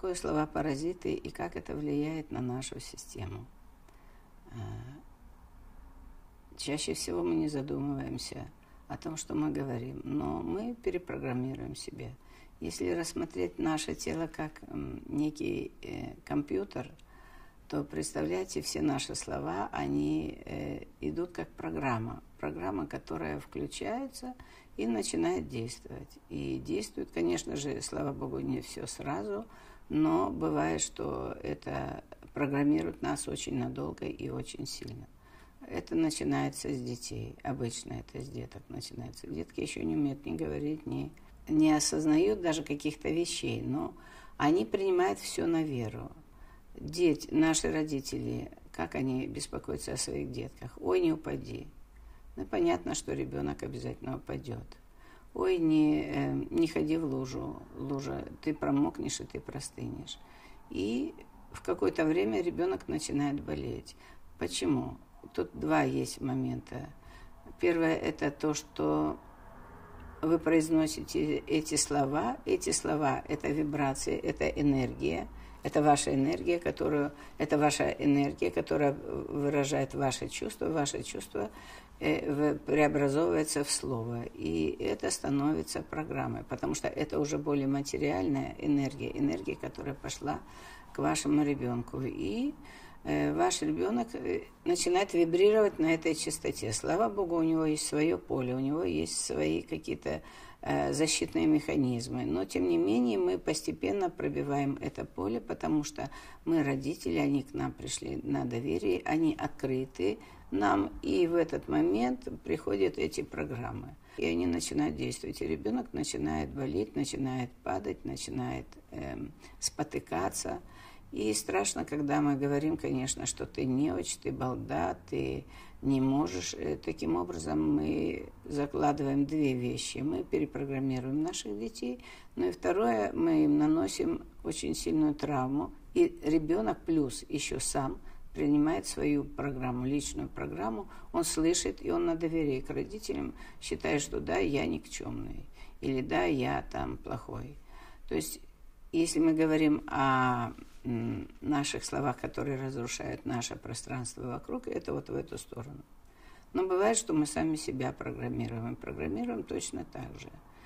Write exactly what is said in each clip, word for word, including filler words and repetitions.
такое слова-паразиты и как это влияет на нашу систему? Чаще всего мы не задумываемся о том, что мы говорим, но мы перепрограммируем себя. Если рассмотреть наше тело как некий э, компьютер, то, представляете, все наши слова, они э, идут как программа. Программа, которая включается и начинает действовать. И действует, конечно же, слава богу, не все сразу, но бывает, что это программирует нас очень надолго и очень сильно. Это начинается с детей. Обычно это с деток начинается. Детки еще не умеют ни говорить, ни, не осознают даже каких-то вещей, но они принимают все на веру. Дети, наши родители, как они беспокоятся о своих детках? Ой, не упади. Ну, понятно, что ребенок обязательно упадет. Ой, не, э, не ходи в лужу. Лужа, ты промокнешь и ты простынешь. И в какое-то время ребенок начинает болеть. Почему? Тут два есть момента. Первое – это то, что вы произносите эти слова. Эти слова – это вибрации, это энергия. Это ваша энергия, которую, это ваша энергия, которая выражает ваши чувства. Ваши чувства э, преобразовываются в слово. И это становится программой, потому что это уже более материальная энергия, энергия, которая пошла к вашему ребенку. И э, ваш ребенок начинает вибрировать на этой частоте. Слава Богу, у него есть свое поле, у него есть свои какие-то защитные механизмы. Но, тем не менее, мы постепенно пробиваем это поле, потому что мы, родители, они к нам пришли на доверие, они открыты нам, и в этот момент приходят эти программы. И они начинают действовать, и ребенок начинает болеть, начинает падать, начинает эм, спотыкаться. И страшно, когда мы говорим, конечно, что ты неуч, ты балда, ты не можешь. Таким образом мы закладываем две вещи. Мы перепрограммируем наших детей, ну и второе, мы им наносим очень сильную травму. И ребенок плюс еще сам принимает свою программу, личную программу, он слышит, и он на доверии к родителям считает, что да, я никчемный, или да, я там плохой. То есть, если мы говорим о наших словах, которые разрушают наше пространство вокруг, это вот в эту сторону. Но бывает, что мы сами себя программируем. Программируем точно так же.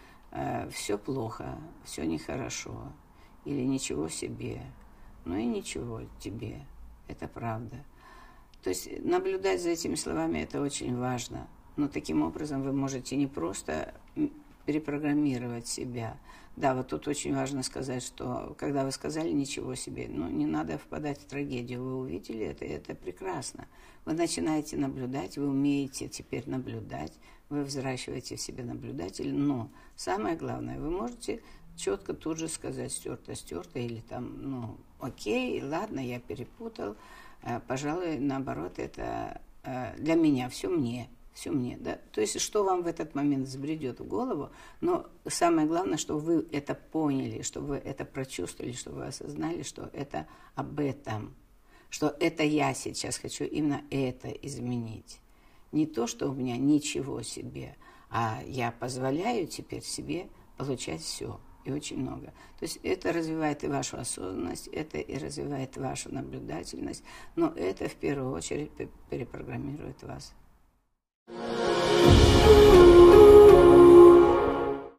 Э, все плохо, все нехорошо, или ничего себе. Ну и ничего тебе, это правда. То есть наблюдать за этими словами это очень важно. Но таким образом вы можете не просто перепрограммировать себя. Да, вот тут очень важно сказать, что когда вы сказали ничего себе, ну, не надо впадать в трагедию. Вы увидели это, и это прекрасно. Вы начинаете наблюдать, вы умеете теперь наблюдать, вы взращиваете в себе наблюдателя, но самое главное, вы можете четко тут же сказать стерто, стерто, или там, ну, окей, ладно, я перепутал, пожалуй, наоборот, это для меня, все мне. Все мне, да. То есть, что вам в этот момент взбредет в голову, но самое главное, чтобы вы это поняли, чтобы вы это прочувствовали, чтобы вы осознали, что это об этом, что это я сейчас хочу именно это изменить. Не то, что у меня ничего себе, а я позволяю теперь себе получать все и очень много. То есть, это развивает и вашу осознанность, это и развивает вашу наблюдательность, но это в первую очередь перепрограммирует вас. Thank you.